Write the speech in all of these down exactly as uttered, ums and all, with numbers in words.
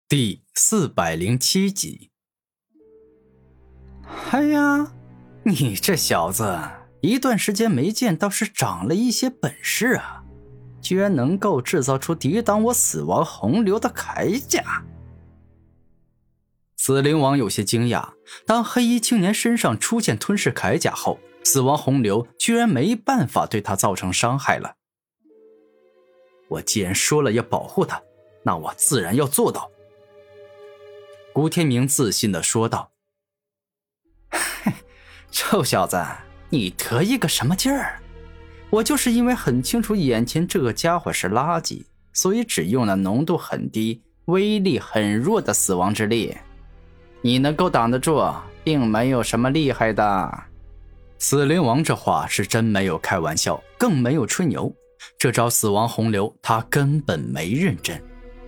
第四百零七集。 哎呀，你这小子一段时间没见，倒是长了一些本事啊，居然能够制造出抵挡我死亡洪流的铠甲。 死灵王有些惊讶，当黑衣青年身上出现吞噬铠甲后，死亡洪流居然没办法对他造成伤害了。我既然说了要保护他，那我自然要做到。古天明自信地说道。 臭小子，你得意个什么劲儿？我就是因为很清楚眼前这个家伙是垃圾，所以只用了浓度很低、威力很弱的死亡之力。你能够挡得住，并没有什么厉害的。 死灵王这话是真没有开玩笑，更没有吹牛。这招死亡洪流他根本没认真。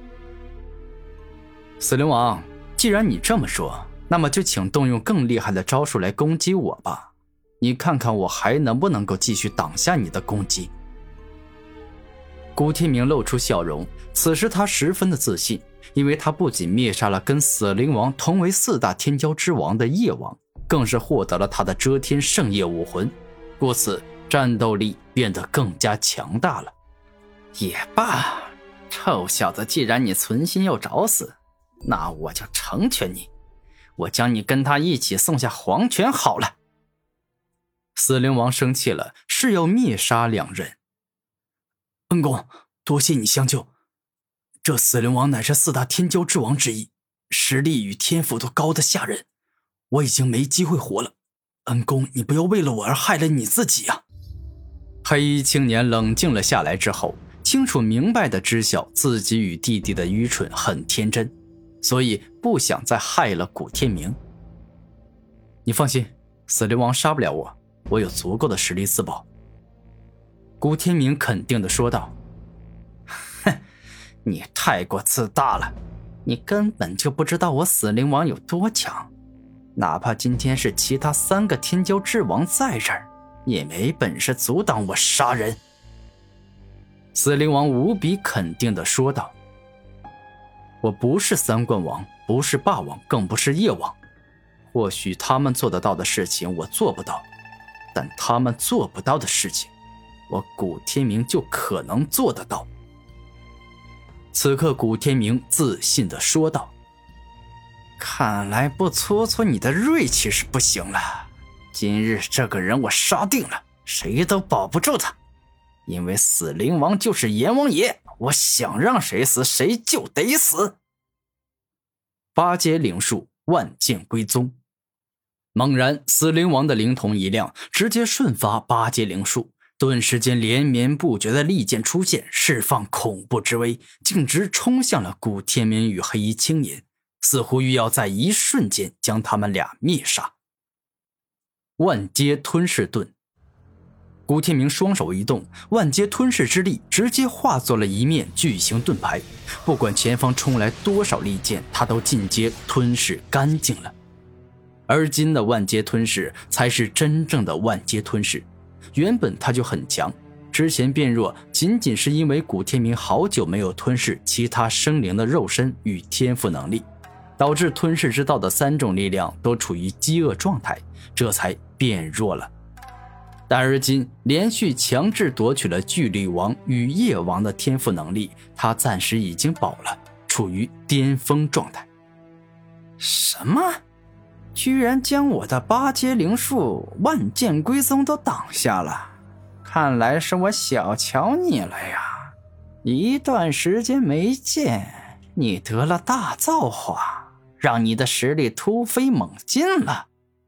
死灵王，既然你这么说，那么就请动用更厉害的招数来攻击我吧。你看看我还能不能够继续挡下你的攻击。古天明露出笑容，此时他十分的自信，因为他不仅灭杀了跟死灵王同为四大天骄之王的夜王，更是获得了他的遮天圣夜武魂，故此战斗力变得更加强大了。 也罢，臭小子，既然你存心要找死，那我就成全你，我将你跟他一起送下黄泉好了。 死灵王生气了，是要灭杀两人。恩公，多谢你相救。这死灵王乃是四大天骄之王之一，实力与天赋都高得吓人，我已经没机会活了。恩公，你不要为了我而害了你自己啊！黑衣青年冷静了下来之后，清楚明白地知晓自己与弟弟的愚蠢很天真，所以不想再害了古天明。你放心，死灵王杀不了我，我有足够的实力自保。古天明肯定地说道。 哼，你太过自大了，你根本就不知道我死灵王有多强，哪怕今天是其他三个天骄之王在这儿，也没本事阻挡我杀人。 死灵王无比肯定地说道。我不是三冠王，不是霸王，更不是夜王。或许他们做得到的事情我做不到，但他们做不到的事情，我古天明就可能做得到。此刻古天明自信地说道。 看来不搓搓你的锐气是不行了，今日这个人我杀定了，谁都保不住他。因为死灵王就是阎王爷，我想让谁死谁就得死。 八阶灵术，万剑归宗。猛然死灵王的灵瞳一亮，直接瞬发八阶灵术，顿时间连绵不绝的利剑出现，释放恐怖之威，径直冲向了古天明与黑衣青年，似乎欲要在一瞬间将他们俩灭杀。万阶吞噬盾。古天明双手一动，万阶吞噬之力直接化作了一面巨型盾牌，不管前方冲来多少利剑，他都尽皆吞噬干净了。而今的万阶吞噬才是真正的万阶吞噬，原本他就很强，之前变弱仅仅是因为古天明好久没有吞噬其他生灵的肉身与天赋能力，导致吞噬之道的三种力量都处于饥饿状态，这才变弱了。但而今连续强制夺取了巨力王与夜王的天赋能力，他暂时已经饱了，处于巅峰状态。 什么？居然将我的八阶灵术万剑归宗都挡下了，看来是我小瞧你了呀。一段时间没见，你得了大造化，让你的实力突飞猛进了。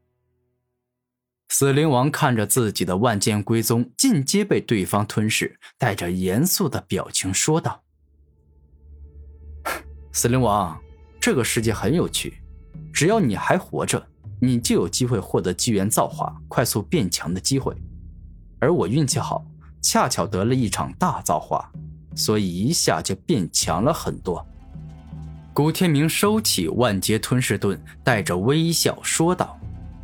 死灵王看着自己的万剑归宗尽皆被对方吞噬，带着严肃的表情说道。死灵王，这个世界很有趣，只要你还活着，你就有机会获得机缘造化，快速变强的机会。而我运气好，恰巧得了一场大造化，所以一下就变强了很多。古天明收起万阶吞噬盾，带着微笑说道。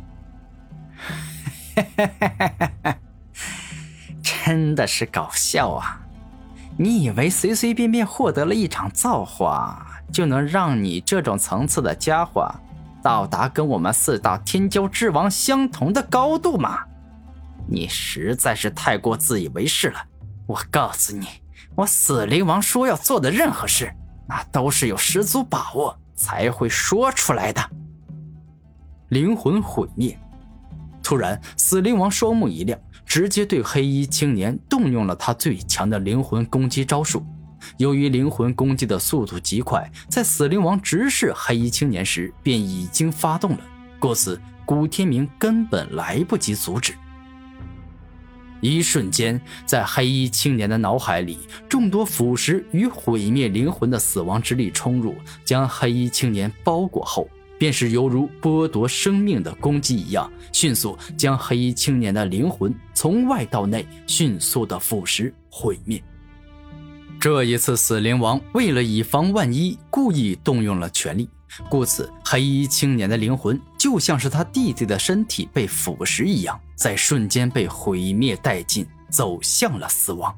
真的是搞笑啊！你以为随随便便获得了一场造化， 就能让你这种层次的家伙到达跟我们四大天骄之王相同的高度吗？你实在是太过自以为是了。我告诉你，我死灵王说要做的任何事，那都是有十足把握才会说出来的。 灵魂毁灭。突然，死灵王双目一亮，直接对黑衣青年动用了他最强的灵魂攻击招数。由于灵魂攻击的速度极快，在死灵王直视黑衣青年时便已经发动了，故此古天明根本来不及阻止。一瞬间，在黑衣青年的脑海里，众多腐蚀与毁灭灵魂的死亡之力冲入，将黑衣青年包裹后，便是犹如剥夺生命的攻击一样，迅速将黑衣青年的灵魂从外到内迅速的腐蚀毁灭。这一次死灵王为了以防万一，故意动用了全力，故此黑衣青年的灵魂就像是他弟弟的身体被腐蚀一样，在瞬间被毁灭殆尽，走向了死亡。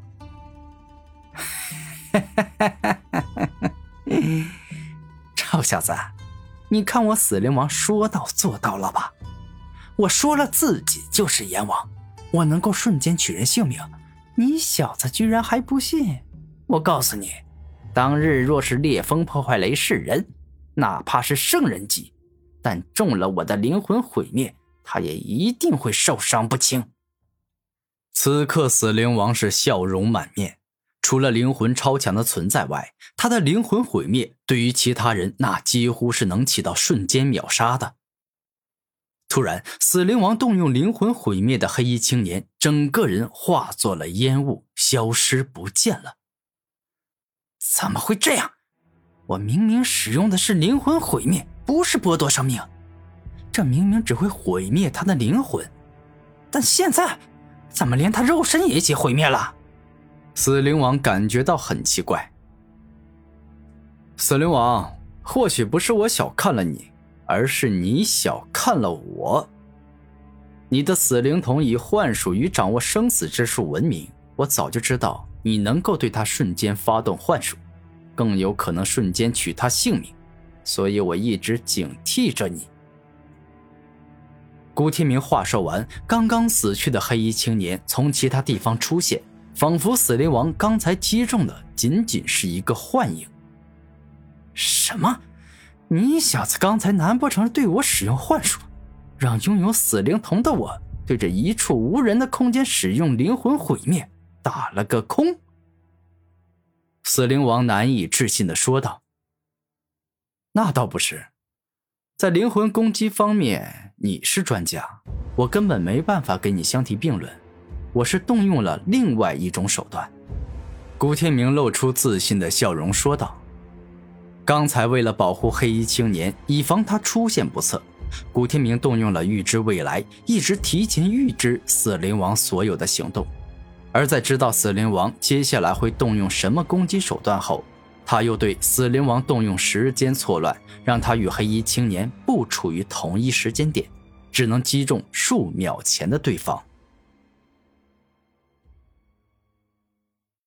臭小子，你看我死灵王说到做到了吧？我说了自己就是阎王，我能够瞬间取人性命，你小子居然还不信？我告诉你，当日若是烈风破坏雷是人，哪怕是圣人级，但中了我的灵魂毁灭，他也一定会受伤不轻。 此刻死灵王是笑容满面，除了灵魂超强的存在外，他的灵魂毁灭对于其他人那几乎是能起到瞬间秒杀的。突然，死灵王动用灵魂毁灭的黑衣青年，整个人化作了烟雾，消失不见了。 怎么会这样？我明明使用的是灵魂毁灭，不是剥夺生命，这明明只会毁灭他的灵魂，但现在怎么连他肉身也一起毁灭了？ 死灵王感觉到很奇怪。死灵王，或许不是我小看了你，而是你小看了我。你的死灵童以幻术与掌握生死之术闻名，我早就知道你能够对他瞬间发动幻术，更有可能瞬间取他性命，所以我一直警惕着你。古天明话说完，刚刚死去的黑衣青年从其他地方出现，仿佛死灵王刚才击中的仅仅是一个幻影。 什么？你小子刚才难不成对我使用幻术，让拥有死灵童的我对着一处无人的空间使用灵魂毁灭，打了个空？ 死灵王难以置信地说道。那倒不是，在灵魂攻击方面你是专家，我根本没办法跟你相提并论，我是动用了另外一种手段。古天明露出自信的笑容说道。刚才为了保护黑衣青年，以防他出现不测，古天明动用了预知未来，一直提前预知死灵王所有的行动。而在知道死灵王接下来会动用什么攻击手段后，他又对死灵王动用时间错乱，让他与黑衣青年不处于同一时间点，只能击中数秒前的对方。